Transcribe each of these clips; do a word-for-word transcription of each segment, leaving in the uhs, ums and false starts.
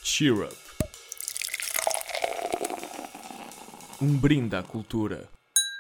Cheer Up. Um brinde à cultura.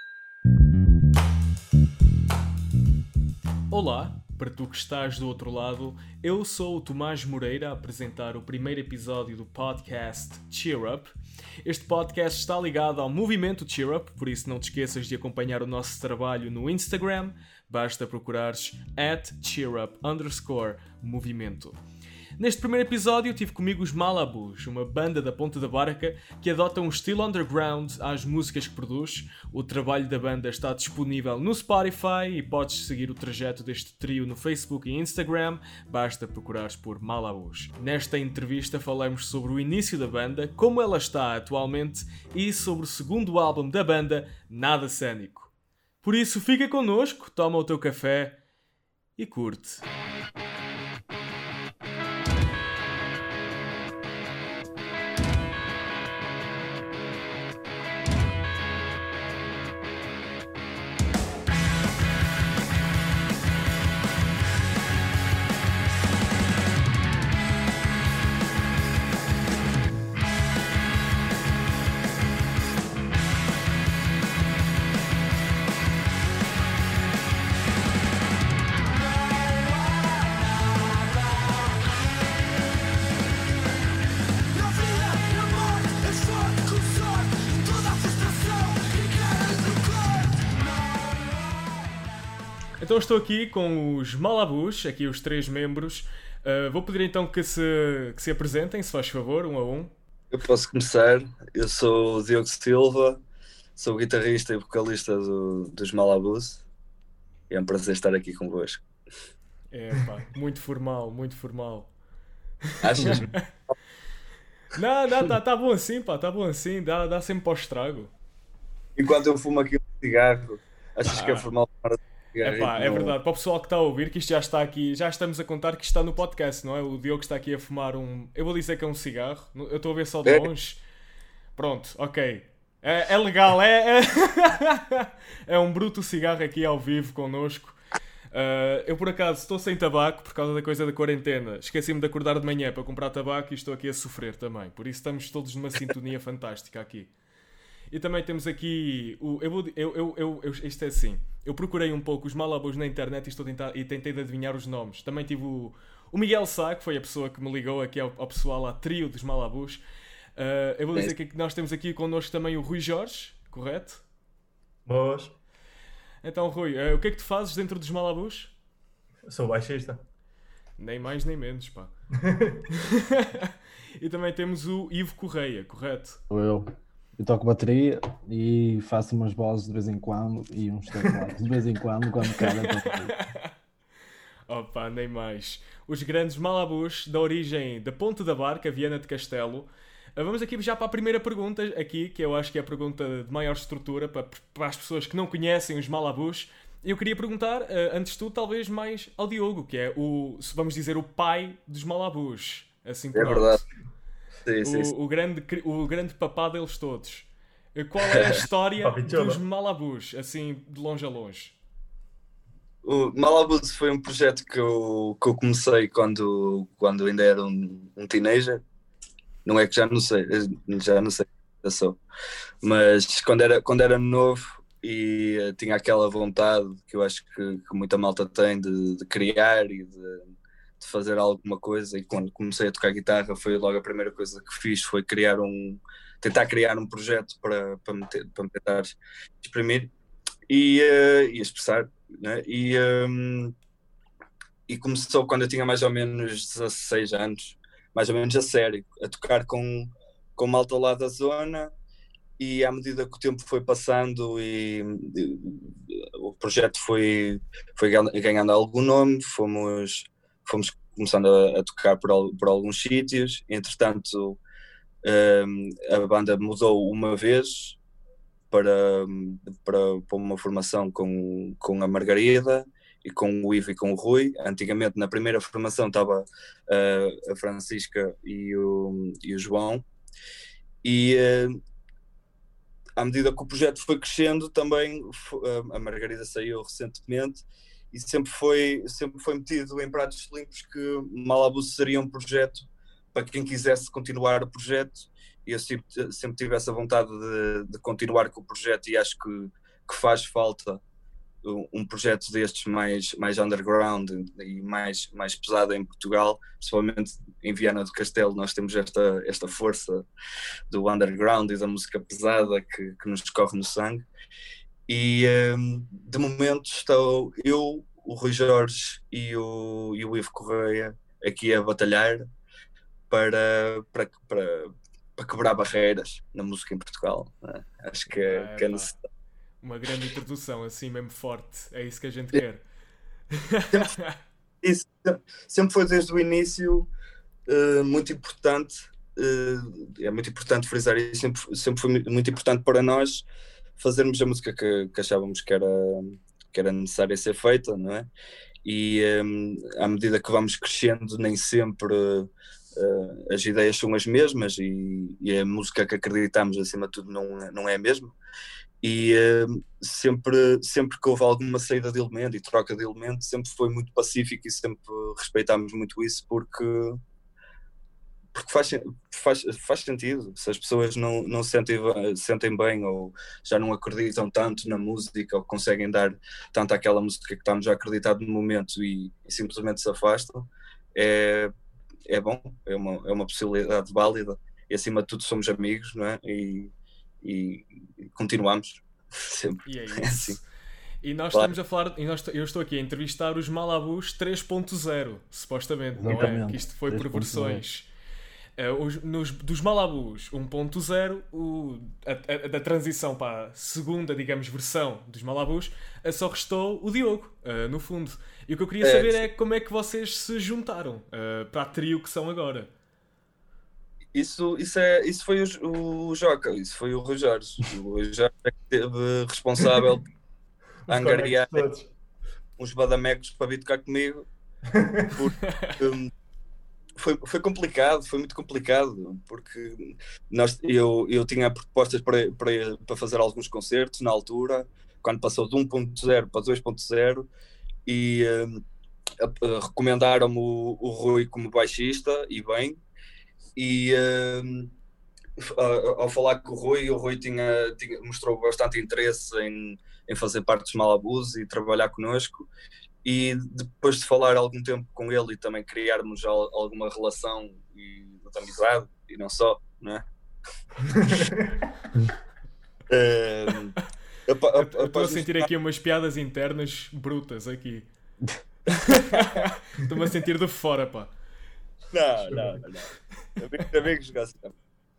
Olá, para tu que estás do outro lado, eu sou o Tomás Moreira a apresentar o primeiro episódio do podcast Cheer Up. Este podcast está ligado ao movimento Cheer Up, por isso não te esqueças de acompanhar o nosso trabalho no Instagram, basta procurares at cheerup underscore movimento. Neste primeiro episódio tive comigo os Malabus, uma banda da Ponta da Barca que adota um estilo underground às músicas que produz. O trabalho da banda está disponível no Spotify e podes seguir o trajeto deste trio no Facebook e Instagram, basta procurares por Malabus. Nesta entrevista falamos sobre o início da banda, como ela está atualmente e sobre o segundo álbum da banda, Nada Cênico. Por isso fica connosco, toma o teu café e curte. Então estou aqui com os Malabus, aqui os três membros. Uh, vou pedir então que se, que se apresentem, se faz favor, um a um. Eu posso começar. Eu sou o Diogo Silva, sou o guitarrista e vocalista do, dos Malabus. É um prazer estar aqui convosco. É pá, muito formal, muito formal. Achas? Não, não, tá, tá bom assim, pá, tá bom assim, dá, dá sempre para o estrago. Enquanto eu fumo aqui um cigarro, achas Ah. que é formal? É pá, é verdade, para o pessoal que está a ouvir, que isto já está aqui, já estamos a contar que isto está no podcast, não é? O Diogo está aqui a fumar um, eu vou dizer que é um cigarro, eu estou a ver só de É. longe. Pronto, ok. É, é legal, é, é... é um bruto cigarro aqui ao vivo connosco. Uh, eu por acaso estou sem tabaco por causa da coisa da quarentena. Esqueci-me de acordar de manhã para comprar tabaco e estou aqui a sofrer também. Por isso estamos todos numa sintonia fantástica aqui. E também temos aqui o. Eu, vou, eu, eu, eu, eu, isto é assim. Eu procurei um pouco os Malabus na internet e, estou a tentar, e tentei de adivinhar os nomes. Também tive o, o Miguel Sá, que foi a pessoa que me ligou aqui ao, ao pessoal, ao trio dos Malabus. Uh, eu vou dizer que nós temos aqui connosco também o Rui Jorge, correto? Boas, Então, Rui, uh, o que é que tu fazes dentro dos Malabus? sou baixista. Nem mais nem menos, pá. E também temos o Ivo Correia, correto? Sou eu. Eu toco bateria e faço umas vozes de vez em quando e uns teclados de vez em quando, quando calha. Opa, nem mais. Os grandes Malabus, da origem da Ponta da Barca, Viana de Castelo. Uh, Vamos aqui já para a primeira pergunta, aqui, que eu acho que é a pergunta de maior estrutura, para, para as pessoas que não conhecem os Malabus. Eu queria perguntar, uh, antes de tudo, talvez mais ao Diogo, que é o, se vamos dizer, o pai dos Malabus. Assim por É alto. verdade. Sim, sim, sim. O, o, grande, cri- o grande papá deles todos. Uh, Qual é a história Papichola. dos Malabus, assim, de longe a longe? O Malabus foi um projeto que eu, que eu comecei quando, quando ainda era um, um teenager. Não é que já não sei, já não sei, já sou. Mas quando era, quando era novo e eh, tinha aquela vontade que eu acho que, que muita malta tem de, de criar e de, de fazer alguma coisa, e quando comecei a tocar guitarra foi logo a primeira coisa que fiz, foi criar um, tentar criar um projeto para, para, me, te- para me tentar exprimir e, eh, e expressar, né? E, ehm, e começou quando eu tinha mais ou menos dezasseis anos, mais ou menos a sério, a tocar com, com malta lá da zona. E à medida que o tempo foi passando e, e o projeto foi, foi gan- ganhando algum nome, fomos, fomos começando a, a tocar por, al- por alguns sítios. Entretanto, hum, a banda mudou uma vez para, para, para uma formação com, com a Margarida e com o Ivo e com o Rui. Antigamente, na primeira formação, estava uh, a Francisca e o, e o João. E uh, à medida que o projeto foi crescendo, também a Margarida saiu recentemente e sempre foi, sempre foi metido em pratos limpos que Malabus seria um projeto para quem quisesse continuar o projeto. E eu sempre, sempre tive essa vontade de, de continuar com o projeto, e acho que, que faz falta um projeto destes mais, mais underground e mais, mais pesado em Portugal, principalmente em Viana do Castelo. Nós temos esta, esta força do underground e da música pesada que, que nos corre no sangue. E um, de momento estou eu, o Rui Jorge e o, e o Ivo Correia aqui a batalhar para, para, para, para quebrar barreiras na música em Portugal, né? Acho que é, Ah, que é necessário. Uma grande introdução, assim mesmo forte. É isso que a gente quer. Isso sempre foi desde o início uh, muito importante. Uh, é muito importante frisar isso. Sempre, sempre foi muito importante para nós fazermos a música que, que achávamos que era, que era necessária ser feita, não é? E um, à medida que vamos crescendo, nem sempre uh, as ideias são as mesmas, e, e a música que acreditamos, acima de tudo, não, não é a mesma. E uh, sempre, sempre que houve alguma saída de elemento e troca de elemento, sempre foi muito pacífico, e sempre respeitámos muito isso, porque, porque faz, faz, faz sentido. Se as pessoas não, não se sentem, sentem bem, ou já não acreditam tanto na música, ou conseguem dar tanto àquela música que estamos a acreditar no momento, e, e simplesmente se afastam, é, é bom, é uma, é uma possibilidade válida, e acima de tudo somos amigos, não é? E, E, e continuamos sempre. E é isso. É assim. E nós Claro. estamos a falar, e nós, eu estou aqui a entrevistar os Malabus três ponto zero, supostamente, não é? Exatamente. Que isto foi por três ponto zero. versões. Uh, os, nos, dos Malabus um ponto zero, o, a, a, da transição para a segunda, digamos, versão dos Malabus, uh, só restou o Diogo, uh, no fundo. E o que eu queria É, saber sim. é como é que vocês se juntaram uh, para a trio que são agora. Isso, isso, é, isso foi o, o Joca, isso foi o Rui Jorge. O Rui Jorge é que esteve responsável por Os angariar conectos todos. uns badamecos para vir tocar comigo. Porque, um, foi, foi complicado, foi muito complicado, porque nós, eu, eu tinha propostas para, para, para fazer alguns concertos na altura, quando passou de um ponto zero para dois ponto zero, e um, a- a- recomendaram-me o, o Rui como baixista, e bem. E um, ao ao falar com o Rui, o Rui tinha, tinha, mostrou bastante interesse em, em fazer parte dos Malabus e trabalhar connosco, e depois de falar algum tempo com ele e também criarmos al- alguma relação e, de amizade, e não só, não é? Um, apa- Eu ap- eu estou a após sentir nos- aqui umas piadas internas brutas aqui. Estou-me a sentir de fora, pá. Não, não, não. Amigos, amigos gostam.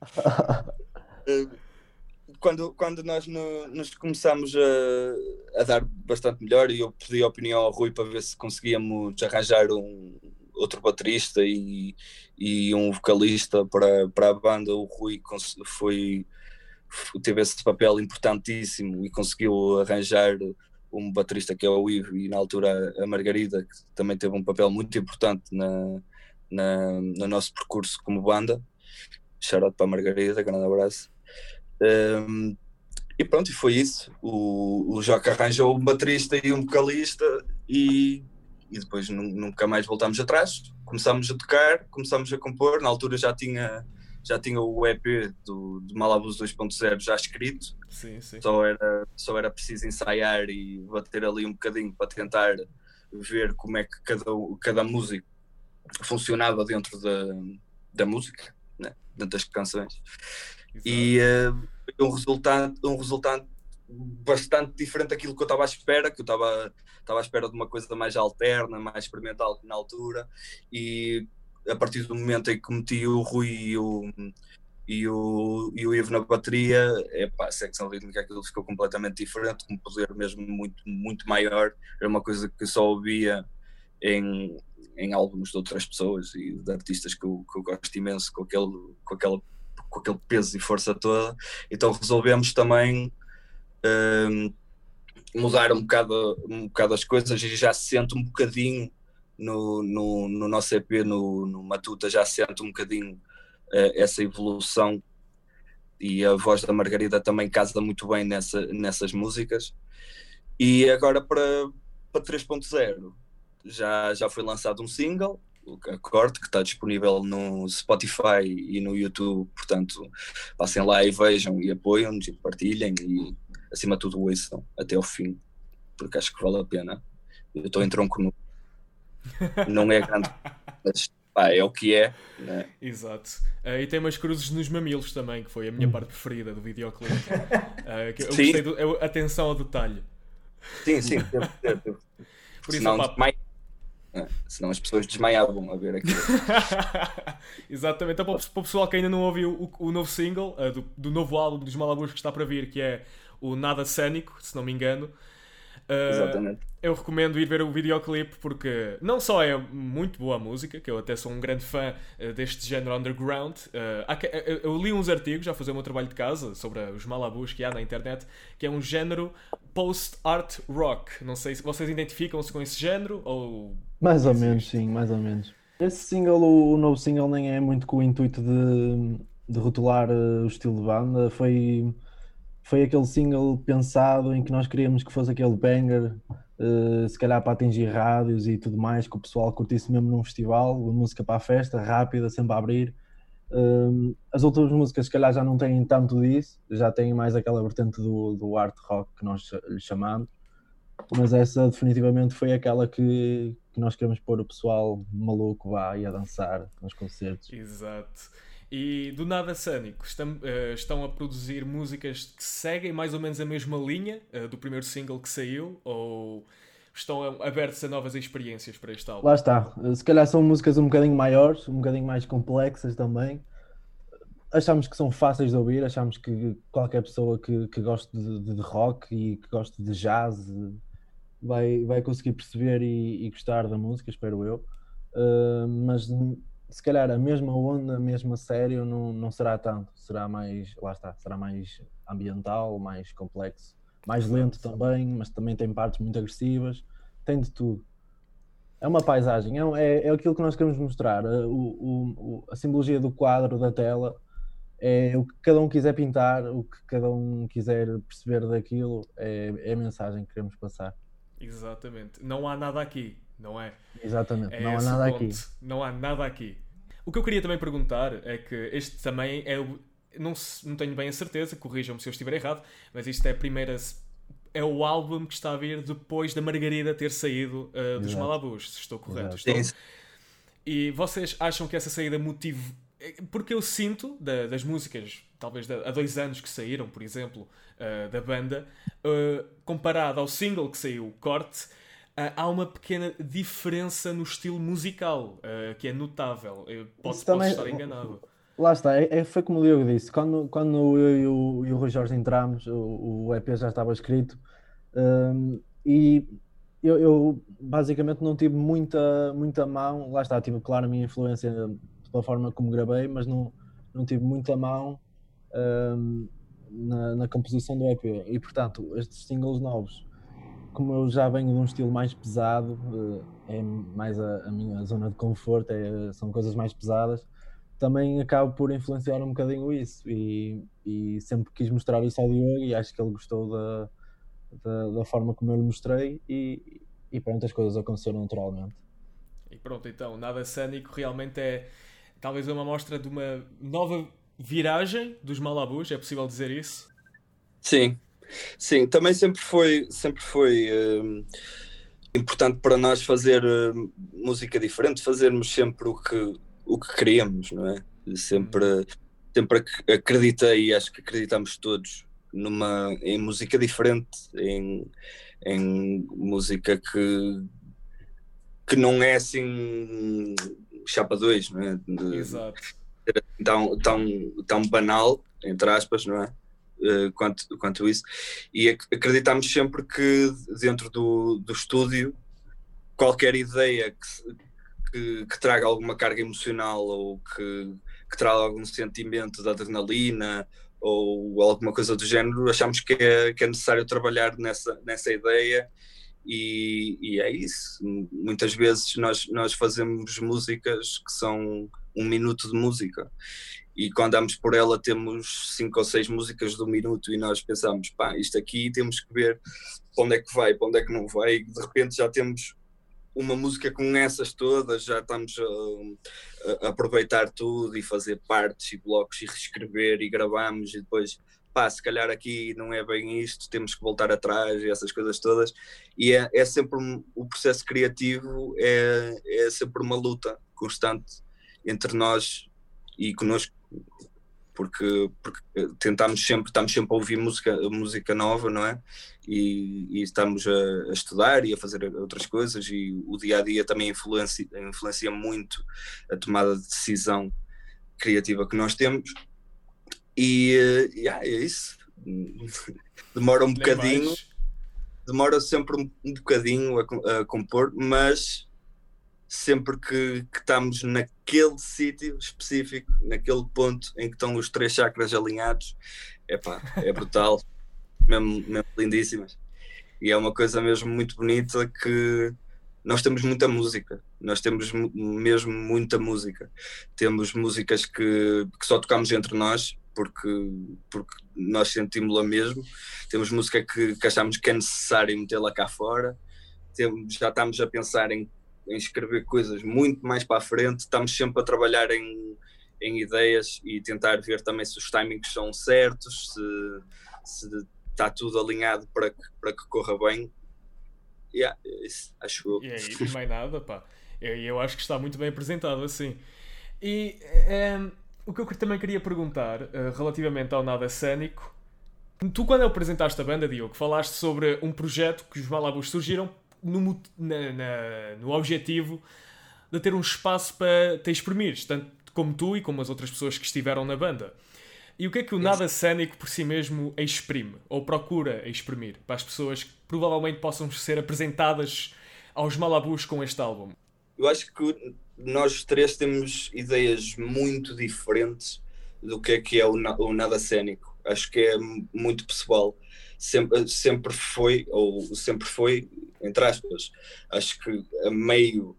Uh, Quando, quando nós no- nos começamos a, a dar bastante melhor, e eu pedi a opinião ao Rui para ver se conseguíamos arranjar um outro baterista e, e um vocalista para, para a banda, o Rui cons- foi, teve esse papel importantíssimo e conseguiu arranjar um baterista que é o Ivo, e na altura a Margarida, que também teve um papel muito importante na, na, no nosso percurso como banda. Shout out para a Margarida, grande abraço. Um, e pronto, e foi isso. O, o Joca arranjou um baterista e um vocalista, e, e depois nu- nunca mais voltámos atrás. Começámos a tocar, começámos a compor. Na altura já tinha, já tinha o E P do, do Malabus dois ponto zero já escrito, Sim, sim. só era, só era preciso ensaiar e bater ali um bocadinho para tentar ver como é que cada, cada músico funcionava dentro da, da música, né? Dentro das canções. Exato. E uh, foi um resultado, um resultado bastante diferente daquilo que eu estava à espera, que eu estava estava à espera de uma coisa mais alterna, mais experimental na altura, e a partir do momento em que meti o Rui e o, e o, e o Ivo na bateria, epá, a secção rítmica, aquilo ficou completamente diferente, com um poder mesmo muito, muito maior. Era uma coisa que eu só ouvia em, em álbuns de outras pessoas e de artistas que eu, que eu gosto imenso, com aquele, com aquele com aquele peso e força toda. Então resolvemos também um, mudar um bocado, um bocado as coisas, e já se sente um bocadinho no, no, no nosso E P, no, no Matuta, já se sente um bocadinho uh, essa evolução, e a voz da Margarida também casa muito bem nessa, nessas músicas. E agora para, para três ponto zero já, já foi lançado um single, a Corte, que está disponível no Spotify e no YouTube, portanto passem lá e vejam e apoiam-nos e partilhem e acima de tudo ouçam até ao fim, porque acho que vale a pena. Eu estou em tronco nu, não é grande, mas pá, é o que é, né? Exato. Uh, e tem umas cruzes nos mamilos também, que foi a minha Hum. parte preferida do videoclipe. Uh, que eu Sim. gostei do, a atenção ao detalhe. Sim, sim, teve, teve, teve. Por isso, senão, opá, desmaia... é, senão as pessoas desmaiavam a ver aquilo. Exatamente. Então, para o para o pessoal que ainda não ouviu o, o novo single uh, do, do novo álbum dos Malabus que está para vir, que é o Nada Cénico, se não me engano, uh, Exatamente. eu recomendo ir ver o videoclipe porque não só é muito boa a música, que eu até sou um grande fã uh, deste género underground. Uh, há que- eu, eu li uns artigos, já a fazer o meu trabalho de casa, sobre os Malabus que há na internet, que é um género post-art rock. Não sei se vocês identificam-se com esse género ou... Mais ou menos, sim, mais ou menos. Esse single, o, o novo single, nem é muito com o intuito de, de rotular eh, o estilo de banda. Foi, foi aquele single pensado em que nós queríamos que fosse aquele banger, eh, se calhar para atingir rádios e tudo mais, que o pessoal curtisse mesmo num festival, uma música para a festa, rápida, sempre a abrir. Um, as outras músicas, se calhar, já não têm tanto disso, já têm mais aquela vertente do, do art rock que nós lhe chamamos. Mas essa definitivamente foi aquela que, que nós queremos pôr o pessoal maluco vá e a dançar nos concertos. Exato. E do Nada Cénico, estão, eh, estão a produzir músicas que seguem mais ou menos a mesma linha eh, do primeiro single que saiu, ou estão a- abertos a novas experiências para este álbum? Lá está, se calhar são músicas um bocadinho maiores, um bocadinho mais complexas também. Achamos que são fáceis de ouvir, achamos que qualquer pessoa que, que goste de, de rock e que goste de jazz eh, vai, vai conseguir perceber e, e gostar da música, espero eu. Uh, mas n- se calhar a mesma onda, a mesma sério não, não será tanto, será mais, lá está, será mais ambiental, mais complexo, mais lento também, mas também tem partes muito agressivas, tem de tudo. É uma paisagem, é, um- é, é aquilo que nós queremos mostrar, uh, o, o- o- a simbologia do quadro, da tela, é o que cada um quiser pintar, o que cada um quiser perceber daquilo, é, é a mensagem que queremos passar. Exatamente. Não há nada aqui, não é? Exatamente, É não há esse o nada ponto. aqui. Não há nada aqui. O que eu queria também perguntar é que este também é o. Não, se- não tenho bem a certeza, corrijam-me se eu estiver errado, mas isto é a primeira. É o álbum que está a vir depois da Margarida ter saído uh, dos Exato. Malabus, se estou correto. Exato. Estou? Sim, E vocês acham que essa saída motiva. Porque eu sinto da- das músicas, talvez da- há dois anos que saíram, por exemplo, uh, da banda, uh, comparado ao single que saiu, o Corte, uh, há uma pequena diferença no estilo musical, uh, que é notável. Eu posso, Isso também- posso estar enganado. Lá está, é, é- foi como o Diogo disse, quando, quando eu e o, e o Rui Jorge entramos, o, o E P já estava escrito, hum, e eu, eu basicamente não tive muita, muita mão, lá está, tive claro a minha influência pela forma como gravei, mas não, não tive muita mão hum, na, na composição do E P, e portanto, estes singles novos, como eu já venho de um estilo mais pesado, eh, é mais a, a minha zona de conforto, é- são coisas mais pesadas, também acabo por influenciar um bocadinho isso e, e sempre quis mostrar isso ao Diogo e acho que ele gostou da, da, da forma como eu lhe mostrei e, e pronto, as coisas aconteceram naturalmente. E pronto, então, Nada Cénico realmente é talvez uma amostra de uma nova viragem dos Malabus, é possível dizer isso? sim, sim. Também sempre foi, sempre foi hum, importante para nós fazer hum, música diferente, fazermos sempre o que, o que queríamos, não é? Sempre, sempre ac- acreditei e acho que acreditamos todos numa, em música diferente, em, em música que, que não é assim chapa dois, não é? De- Exato. tão, tão, tão banal, entre aspas, não é? Uh, quanto, quanto isso. E ac- acreditamos sempre que dentro do, do estúdio, qualquer ideia que, se- que, que traga alguma carga emocional ou que, que traga algum sentimento de adrenalina ou alguma coisa do género, achamos que é, que é necessário trabalhar nessa, nessa ideia. E, e é isso. Muitas vezes nós, nós fazemos músicas que são um minuto de música e quando andamos por ela temos cinco ou seis músicas de um minuto e nós pensamos, pá, isto aqui temos que ver para onde é que vai, para onde é que não vai, e de repente já temos uma música com essas todas, já estamos a, a aproveitar tudo e fazer partes e blocos e reescrever e gravamos e depois, pá, se calhar aqui não é bem isto, temos que voltar atrás e essas coisas todas. E é, é sempre, um, o processo criativo é, é sempre uma luta constante entre nós e connosco, porque, porque tentamos sempre, estamos sempre a ouvir música, música nova, não é? E, e estamos a, a estudar e a fazer outras coisas, e o dia-a-dia também influencia, influencia muito a tomada de decisão criativa que nós temos. E yeah, é isso. Demora um bocadinho, demora sempre um, um bocadinho a, a compor, mas sempre que, que estamos naquele sítio específico, naquele ponto em que estão os três chakras alinhados, epá, é brutal, mesmo, mesmo lindíssimas. E é uma coisa mesmo muito bonita, que nós temos muita música, nós temos mesmo muita música. Temos músicas que, que só tocamos entre nós, porque, porque nós sentimos-la mesmo. Temos música que, que achamos que é necessário metê-la cá fora. Temos, já estamos a pensar em em escrever coisas muito mais para a frente, estamos sempre a trabalhar em, em ideias e tentar ver também se os timings são certos, se, se está tudo alinhado para que, para que corra bem. Yeah, isso, acho eu. E aí, mais nada, pá. Eu, eu acho que está muito bem apresentado assim. E um, o que eu também queria perguntar, uh, relativamente ao Nada Cénico, tu quando apresentaste a banda, Diogo, falaste sobre um projeto que os Malabus surgiram No, na, na, no objetivo de ter um espaço para te exprimires, tanto como tu e como as outras pessoas que estiveram na banda. E o que é que o Nada Cénico por si mesmo exprime, ou procura exprimir, para as pessoas que provavelmente possam ser apresentadas aos Malabus com este álbum? Eu acho que nós três temos ideias muito diferentes do que é que é o, o Nada Cénico. Acho que é muito pessoal. Sempre, sempre foi, ou sempre foi, entre aspas, acho que a meio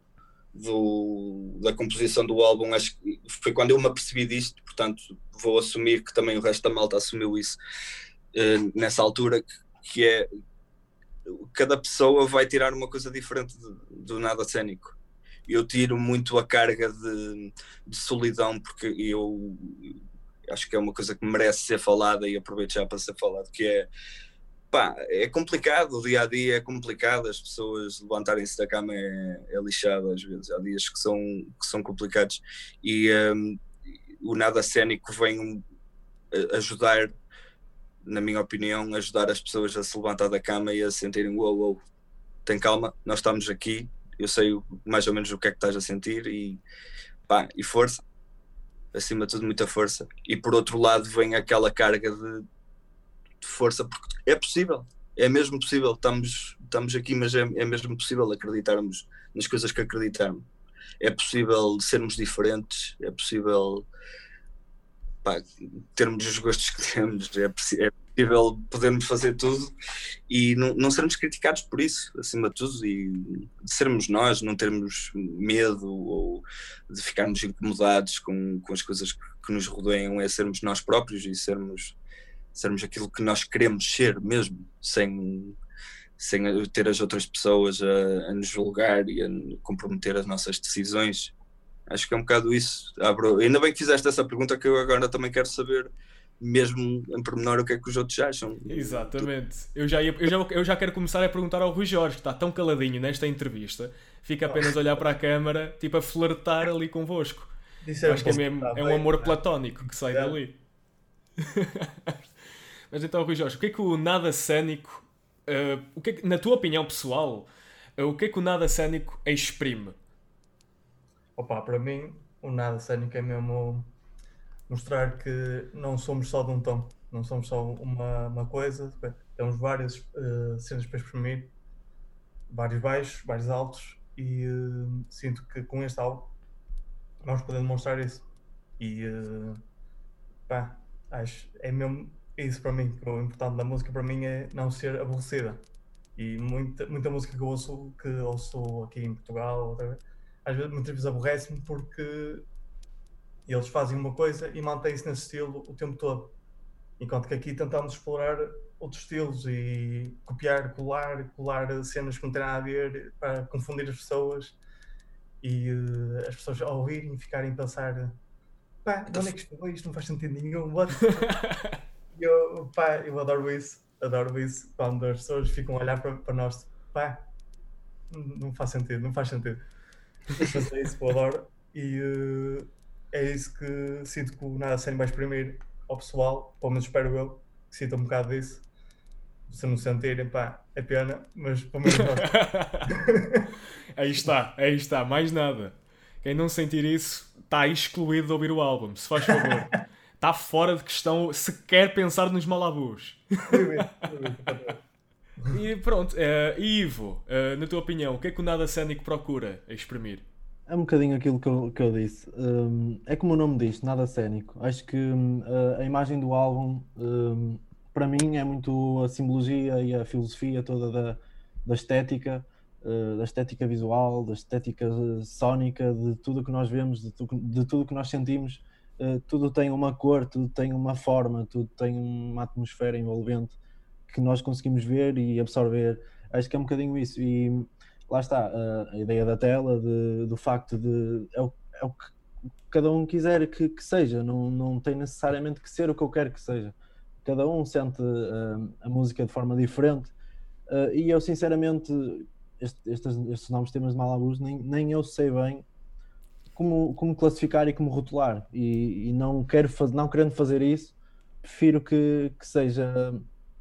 do, da composição do álbum, acho que foi quando eu me apercebi disto, portanto vou assumir que também o resto da malta assumiu isso uh, nessa altura, que, que é, cada pessoa vai tirar uma coisa diferente do, do Nada Cénico. Eu tiro muito a carga de, de solidão, porque eu acho que é uma coisa que merece ser falada, e aproveito já para ser falado, que é, pá, é complicado, o dia-a-dia é complicado, as pessoas levantarem-se da cama é, é lixado às vezes, há dias que são, que são complicados, e um, o Nada Cénico vem ajudar, na minha opinião, ajudar as pessoas a se levantar da cama e a sentirem, uou, uou, tem calma, nós estamos aqui, eu sei mais ou menos o que é que estás a sentir, e pá, e força, acima de tudo muita força. E por outro lado vem aquela carga de, de força, porque é possível, é mesmo possível, estamos, estamos aqui, mas é, é mesmo possível acreditarmos nas coisas que acreditarmos, é possível sermos diferentes, é possível, pá, termos os gostos que temos, é, é possível podermos fazer tudo e não, não sermos criticados por isso, acima de tudo, e de sermos nós, não termos medo ou de ficarmos incomodados com, com as coisas que, que nos rodeiam, é sermos nós próprios e sermos, sermos aquilo que nós queremos ser mesmo, sem, sem ter as outras pessoas a, a nos julgar e a comprometer as nossas decisões. Acho que é um bocado isso. Abro. Ainda bem que fizeste essa pergunta, que eu agora também quero saber, mesmo em pormenor, o que é que os outros acham. Exatamente. Eu já, ia, eu, já, eu já quero começar a perguntar ao Rui Jorge, que está tão caladinho nesta entrevista, fica apenas a olhar para a câmara, tipo a flertar ali convosco. É Acho que é, mesmo, é um amor platónico que sai é. dali. Mas então, Rui Jorge, o que é que o Nada Cénico, uh, o que é que, na tua opinião pessoal, uh, o que é que o Nada Cénico exprime? Opa, para mim, o Nada Cénico é mesmo mostrar que não somos só de um tom, não somos só uma, uma coisa, temos várias uh, cenas para exprimir, vários baixos, vários altos, e uh, sinto que com este álbum vamos poder demonstrar isso. E uh, pá, acho, é mesmo isso para mim, que o importante da música para mim é não ser aborrecida. E muita, muita música que eu ouço, que ouço aqui em Portugal, outra vez, às vezes, muitas vezes aborrece-me porque eles fazem uma coisa e mantêm-se nesse estilo o tempo todo. Enquanto que aqui tentamos explorar outros estilos e copiar, colar, colar cenas que não têm nada a ver para confundir as pessoas e uh, as pessoas ao ouvirem ficarem a pensar pá, de onde é que isto foi? Isto não faz sentido nenhum. What? eu, pá, eu adoro isso, adoro isso quando as pessoas ficam a olhar para, para nós, pá, não faz sentido, não faz sentido. Mas é isso que eu adoro e uh, é isso que sinto que o Nada Sério vai exprimir ao pessoal, pelo menos espero eu que sinta um bocado disso. Se não sentirem, pá, é pena, mas pelo menos nós. Aí está, aí está, mais nada. Quem não sentir isso está excluído de ouvir o álbum, se faz favor. Está fora de questão sequer pensar nos Malabus. E pronto, uh, Ivo, uh, na tua opinião, o que é que o Nada Cénico procura a exprimir? É um bocadinho aquilo que eu, que eu disse. Um, é como o nome diz, nada cénico. Acho que um, a, a imagem do álbum, um, para mim, é muito a simbologia e a filosofia toda da, da estética, uh, da estética visual, da estética sónica, de tudo que nós vemos, de, tu, de tudo que nós sentimos. Uh, tudo tem uma cor, tudo tem uma forma, tudo tem uma atmosfera envolvente que nós conseguimos ver e absorver. Acho que é um bocadinho isso. E lá está, a, a ideia da tela, de, do facto de... É o, é o que cada um quiser que, que seja, não, não tem necessariamente que ser o que eu quero que seja. Cada um sente uh, a música de forma diferente. Uh, e eu, sinceramente, este, estes, estes novos temas de Malabus, nem, nem eu sei bem como, como classificar e como rotular. E, e não, quero faz, não querendo fazer isso, prefiro que, que seja...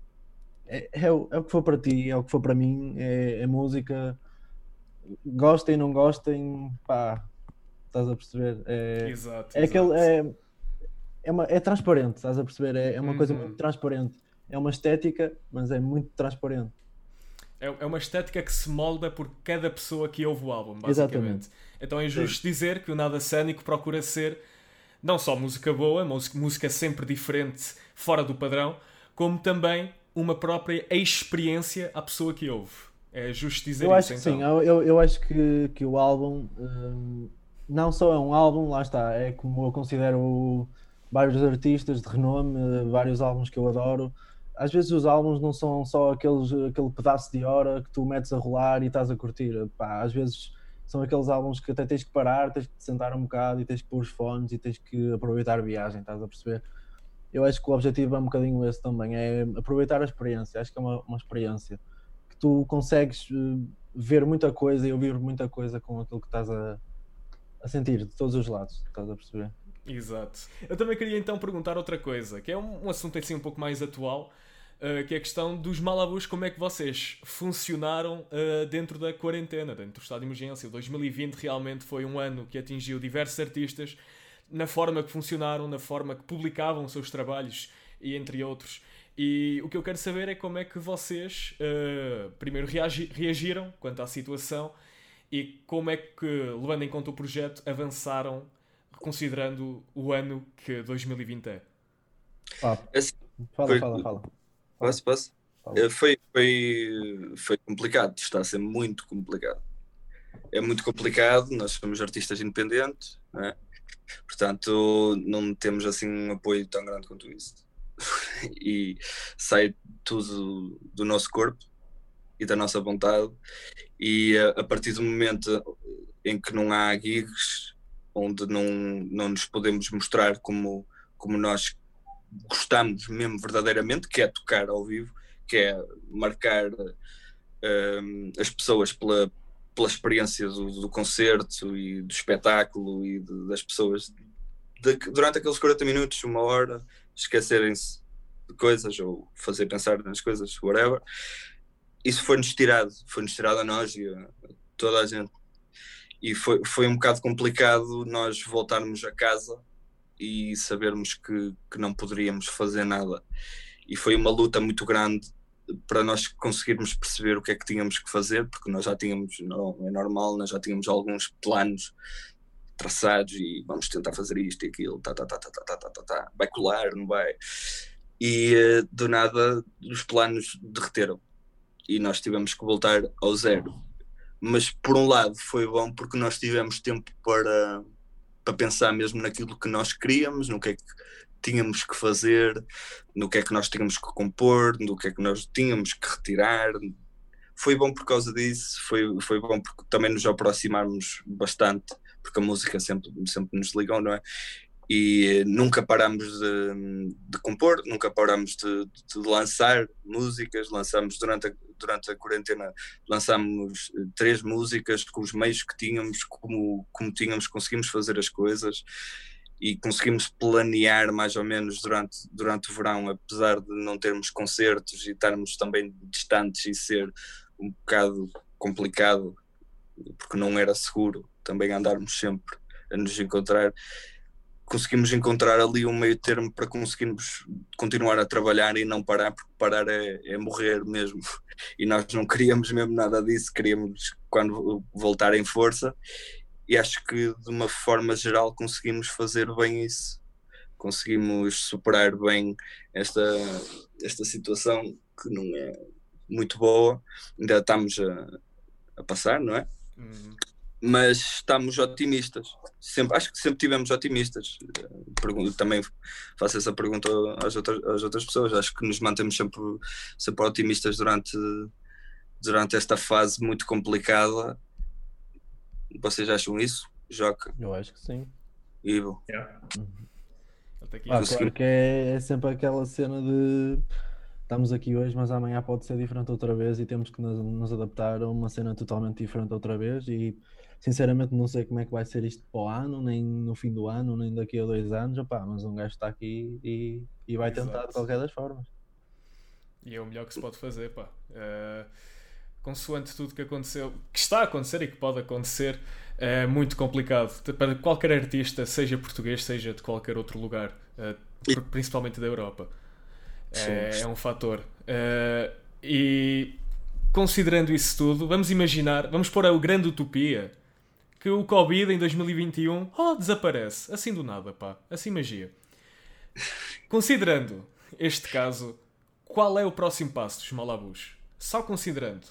É, é, o, é o que for para ti, é o que for para mim, é, é música. Gostem, não gostem, pá, estás a perceber? É, exato, é, exato. Aquele, é, é, uma, é transparente, estás a perceber? É, é uma uhum. coisa muito transparente. É uma estética, mas é muito transparente. É, é uma estética que se molda por cada pessoa que ouve o álbum, basicamente. Exatamente. Então é justo Sim. dizer que o Nada Cénico procura ser não só música boa, música sempre diferente, fora do padrão, como também uma própria experiência à pessoa que ouve. É justo dizer eu isso, acho que então. Sim, eu, eu, eu acho que, que o álbum hum, não só é um álbum, lá está, é como eu considero vários artistas de renome, vários álbuns que eu adoro. Às vezes os álbuns não são só aqueles, aquele pedaço de hora que tu metes a rolar e estás a curtir. Pá, às vezes são aqueles álbuns que até tens que parar, tens que te sentar um bocado e tens que pôr os fones e tens que aproveitar a viagem, estás a perceber? Eu acho que o objetivo é um bocadinho esse também, é aproveitar a experiência. Acho que é uma, uma experiência que tu consegues ver muita coisa e ouvir muita coisa com aquilo que estás a, a sentir de todos os lados, estás a perceber? Exato. Eu também queria então perguntar outra coisa, que é um, um assunto assim um pouco mais atual, uh, que é a questão dos Malabus. Como é que vocês funcionaram uh, dentro da quarentena, dentro do estado de emergência? dois mil e vinte realmente foi um ano que atingiu diversos artistas na forma que funcionaram, na forma que publicavam os seus trabalhos e entre outros. E o que eu quero saber é como é que vocês uh, primeiro reagi- reagiram quanto à situação e como é que, levando em conta o projeto, avançaram considerando o ano que dois mil e vinte é. Ah, Esse fala, foi- fala, fala. Posso, posso? Fala. Eh, Foi, foi, foi complicado, está a ser muito complicado. É muito complicado, nós somos artistas independentes, não é? Portanto, não temos assim um apoio tão grande quanto isso. E sai tudo do nosso corpo e da nossa vontade. E a, a partir do momento em que não há gigs, onde não, não nos podemos mostrar como, como nós gostamos mesmo verdadeiramente, que é tocar ao vivo, que é marcar um, as pessoas pela, pela experiência do, do concerto e do espetáculo e de, das pessoas de, durante aqueles quarenta minutos, uma hora, esquecerem-se de coisas ou fazer pensar nas coisas, whatever. Isso foi-nos tirado, foi-nos tirado a nós e a, a toda a gente. E foi, foi um bocado complicado nós voltarmos a casa e sabermos que, que não poderíamos fazer nada. E foi uma luta muito grande para nós conseguirmos perceber o que é que tínhamos que fazer, porque nós já tínhamos, não é normal, nós já tínhamos alguns planos traçados e vamos tentar fazer isto e aquilo, tá, tá, tá, tá, tá, tá, tá, tá. Vai colar, não vai? E do nada os planos derreteram e nós tivemos que voltar ao zero. Mas por um lado foi bom porque nós tivemos tempo para, para pensar mesmo naquilo que nós queríamos, no que é que tínhamos que fazer, no que é que nós tínhamos que compor, no que é que nós tínhamos que retirar. Foi bom por causa disso, foi, foi bom porque também nos aproximarmos bastante, porque a música sempre, sempre nos ligou, não é? E nunca parámos de, de compor, nunca parámos de, de lançar músicas. Lançámos durante a, durante a quarentena, lançámos três músicas com os meios que tínhamos, como, como tínhamos, conseguimos fazer as coisas e conseguimos planear mais ou menos durante, durante o verão, apesar de não termos concertos e estarmos também distantes e ser um bocado complicado, porque não era seguro também andarmos sempre a nos encontrar. Conseguimos encontrar ali um meio termo para conseguirmos continuar a trabalhar e não parar, porque parar é, é morrer mesmo. E nós não queríamos mesmo nada disso, queríamos quando voltar em força, e acho que de uma forma geral conseguimos fazer bem isso. Conseguimos superar bem esta, esta situação que não é muito boa, ainda estamos a, a passar, não é? Uhum. Mas estamos otimistas. Sempre, acho que sempre tivemos otimistas. Pergunto, também faço essa pergunta às outras, às outras pessoas. Acho que nos mantemos sempre, sempre otimistas durante, durante esta fase muito complicada. Vocês acham isso, Joca? Eu acho que sim. Ivo? Yeah. Até aqui. Ah, claro que é, é sempre aquela cena de estamos aqui hoje, mas amanhã pode ser diferente outra vez e temos que nos, nos adaptar a uma cena totalmente diferente outra vez. E sinceramente não sei como é que vai ser isto para o ano, nem no fim do ano, nem daqui a dois anos. Opá, mas um gajo está aqui e, e vai tentar Exato. de qualquer das formas. E é o melhor que se pode fazer, pá. Uh, consoante tudo que aconteceu, que está a acontecer e que pode acontecer, é muito complicado para qualquer artista, seja português, seja de qualquer outro lugar, uh, principalmente da Europa. É, é um fator. Uh, e considerando isso tudo, vamos imaginar, vamos pôr a grande utopia que o Covid em dois mil e vinte e um oh, desaparece, assim do nada, pá, assim magia. Considerando este caso, qual é o próximo passo dos Malabus? Só considerando.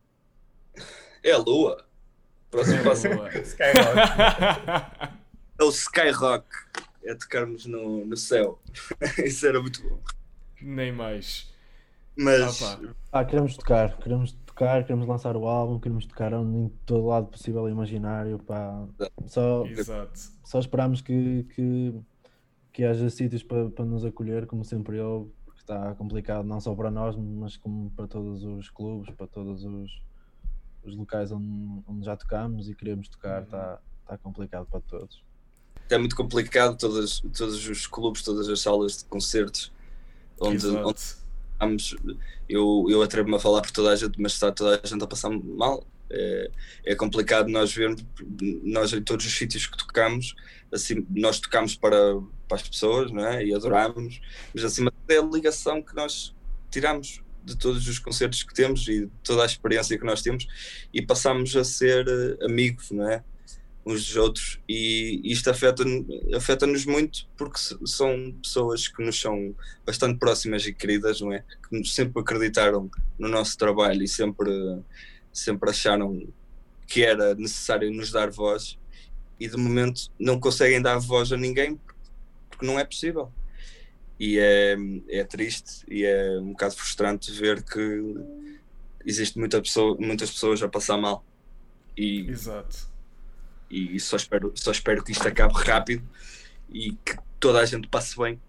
É a Lua. Próximo passo é Skyrock. é o Skyrock. É tocarmos no, no céu. Isso era muito bom. Nem mais. Mas Ah, Ah, queremos tocar, queremos tocar, queremos lançar o álbum, queremos tocar em todo lado possível e imaginário, pá. Só, exato. só esperamos que, que, que haja sítios para, para nos acolher, como sempre houve, porque está complicado não só para nós, mas como para todos os clubes, para todos os, os locais onde, onde já tocamos e queremos tocar, está, está complicado para todos. é muito complicado, todas, todos os clubes, todas as salas de concertos onde, onde estamos, eu, eu atrevo-me a falar por toda a gente, mas está toda a gente a passar mal. É, é complicado nós vermos, nós em todos os sítios que tocamos, assim, nós tocamos para, para as pessoas, não é? E adoramos, mas acima de tudo é a ligação que nós tiramos de todos os concertos que temos e de toda a experiência que nós temos, e passamos a ser amigos, não é? Uns dos outros, e isto afeta-nos afeta-nos muito porque são pessoas que nos são bastante próximas e queridas, não é? Que nos sempre acreditaram no nosso trabalho e sempre, sempre acharam que era necessário nos dar voz, e de momento não conseguem dar voz a ninguém porque não é possível. E é, é triste e é um bocado frustrante ver que existe muita pessoa, muitas pessoas a passar mal. E, exato. E só espero, só espero que isto acabe rápido e que toda a gente passe bem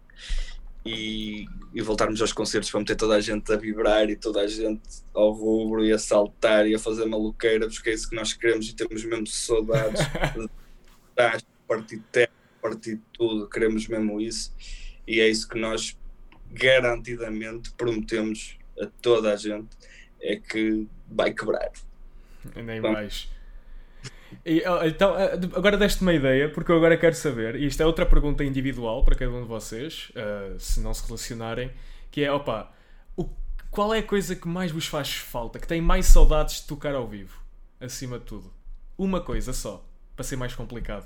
e, e voltarmos aos concertos para meter toda a gente a vibrar e toda a gente ao rubro e a saltar e a fazer maluqueira, porque é isso que nós queremos e temos mesmo saudades de partir terra, partir tudo, queremos mesmo isso, e é isso que nós garantidamente prometemos a toda a gente, é que vai quebrar. Nem Bom. mais. E, então, agora deste uma ideia, porque eu agora quero saber, e isto é outra pergunta individual para cada um de vocês, uh, se não se relacionarem, que é, opa, o, qual é a coisa que mais vos faz falta, que tem mais saudades de tocar ao vivo, acima de tudo? Uma coisa só, para ser mais complicado.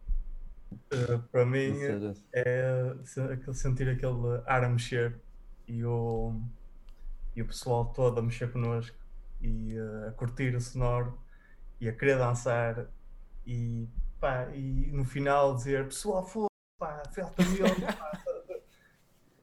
Uh, para mim é sentir aquele ar a mexer e o, e o pessoal todo a mexer connosco e uh, a curtir o sonoro e a querer dançar e, pá, e no final dizer pessoal, foi, pá, falta mil,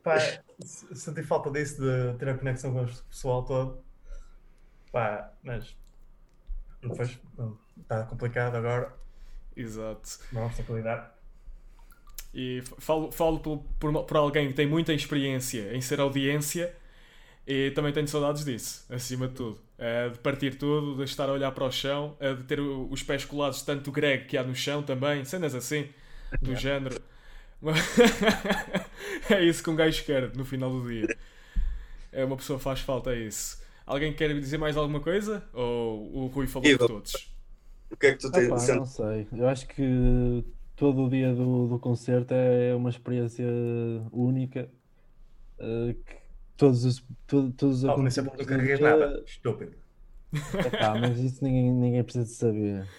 pá, se- senti falta disso, de ter a conexão com o pessoal todo. Pá, mas depois está complicado agora, Exato. vamos ter que lidar. E f- falo, falo por, por, por alguém que tem muita experiência em ser audiência e também tenho saudades disso, acima de tudo. Eh, de partir tudo, de estar a olhar para o chão, eh, de ter o- os pés colados tanto do Greg que há no chão também, cenas assim, do género. É isso que um gajo quer no final do dia. É, uma pessoa faz falta a isso. Alguém quer dizer mais alguma coisa? Ou o Rui falou Ivo. por todos? O que é que tu tens? Opa, não sei. Eu acho que todo o dia do, do concerto é uma experiência única. eh, que todos os, to- todos os Oh, nem sempre acontecimentos tu do carregas dia- nada, estúpido. Epá, mas isso ninguém, ninguém precisa de saber.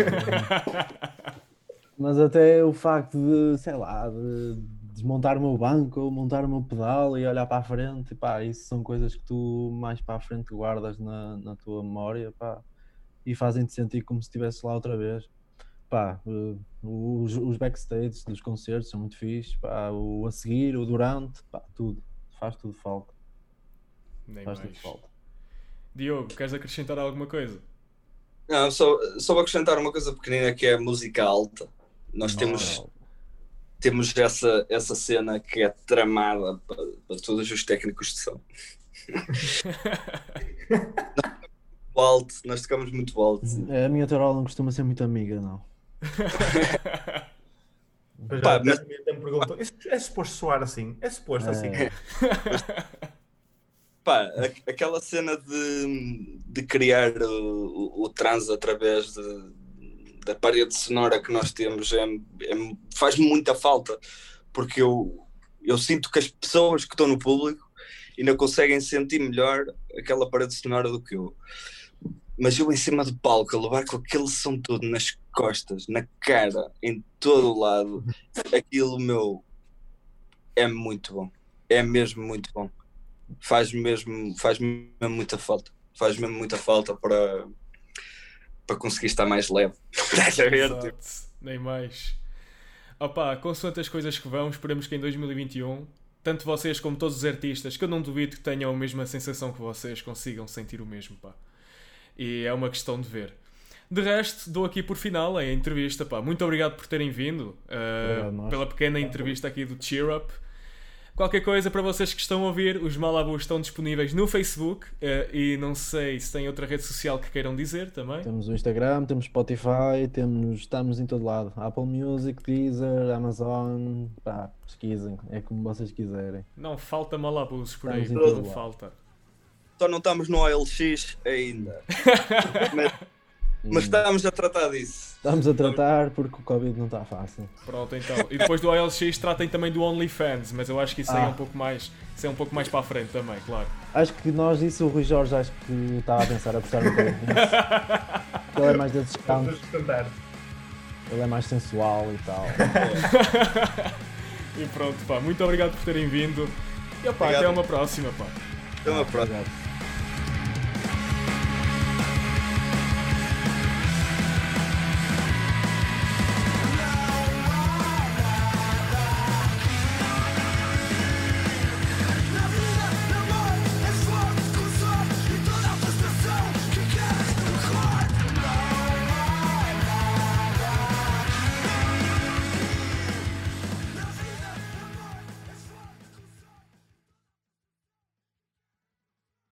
Mas até o facto de, sei lá, de desmontar o meu banco ou montar o meu pedal e olhar para a frente, pá, isso são coisas que tu mais para a frente guardas na, na tua memória, pá, e fazem-te sentir como se estivesse lá outra vez. Pá, eh, os, os backstage dos concertos são muito fixes, pá, o a seguir, o durante, pá, tudo, faz tudo falta, Nem faz mais. tudo falta. Diogo, queres acrescentar alguma coisa? Não, só, só vou acrescentar uma coisa pequenina que é a música alta. Nós temos, Ora, temos essa, essa cena que é tramada para, para todos os técnicos de som. Alto, nós tocamos muito alto. a minha tarola não costuma ser muito amiga, não. Depois Pá, já mas- até me perguntam, "Isso é suposto soar assim? É suposto assim? É. Pá, a- aquela cena de, de criar o, o, o trans através de, da parede sonora que nós temos é, é- faz-me muita falta, porque eu, eu sinto que as pessoas que estão no público ainda conseguem sentir melhor aquela parede sonora do que eu. Mas eu em cima do palco, a levar com aquele som todo nas costas, na cara, em todo o lado, aquilo, meu, é muito bom. É mesmo muito bom. Faz mesmo, faz mesmo muita falta. Faz mesmo muita falta para, para conseguir estar mais leve. Estás a ver? Tipo, Exato, nem mais. Opa, consoante as coisas que vão, esperemos que em dois mil e vinte e um, tanto vocês como todos os artistas, que eu não duvido que tenham a mesma sensação que vocês, consigam sentir o mesmo, pá. E é uma questão de ver. De resto, dou aqui por final a entrevista, pá. Muito obrigado por terem vindo, uh, Obrigado, nós. pela pequena entrevista aqui do Cheer Up. Qualquer coisa para vocês que estão a ouvir, os Malabus estão disponíveis no Facebook, uh, e não sei se tem outra rede social que queiram dizer também. Temos o Instagram, temos Spotify, temos, estamos em todo lado. Apple Music, Deezer, Amazon, pá, pesquisem, é como vocês quiserem. Não falta Malabus por aí, Estamos em todo não lado. falta. só não estamos no O L X ainda. mas, mas estamos a tratar disso. Estamos a tratar porque o Covid não está fácil. Pronto, então. E depois do O L X tratem também do OnlyFans, mas eu acho que isso aí é Ah. um pouco mais, isso é um pouco mais para a frente também, claro. Acho que nós, isso o Rui Jorge, acho que estava a pensar a puxar um bocadinho nisso. Ele é mais desses campos, Vamos tentar. ele é mais sensual e tal. E pronto, pá. Muito obrigado por terem vindo. E opá, Obrigado. até uma próxima, pá. Então, a próxima. Obrigado.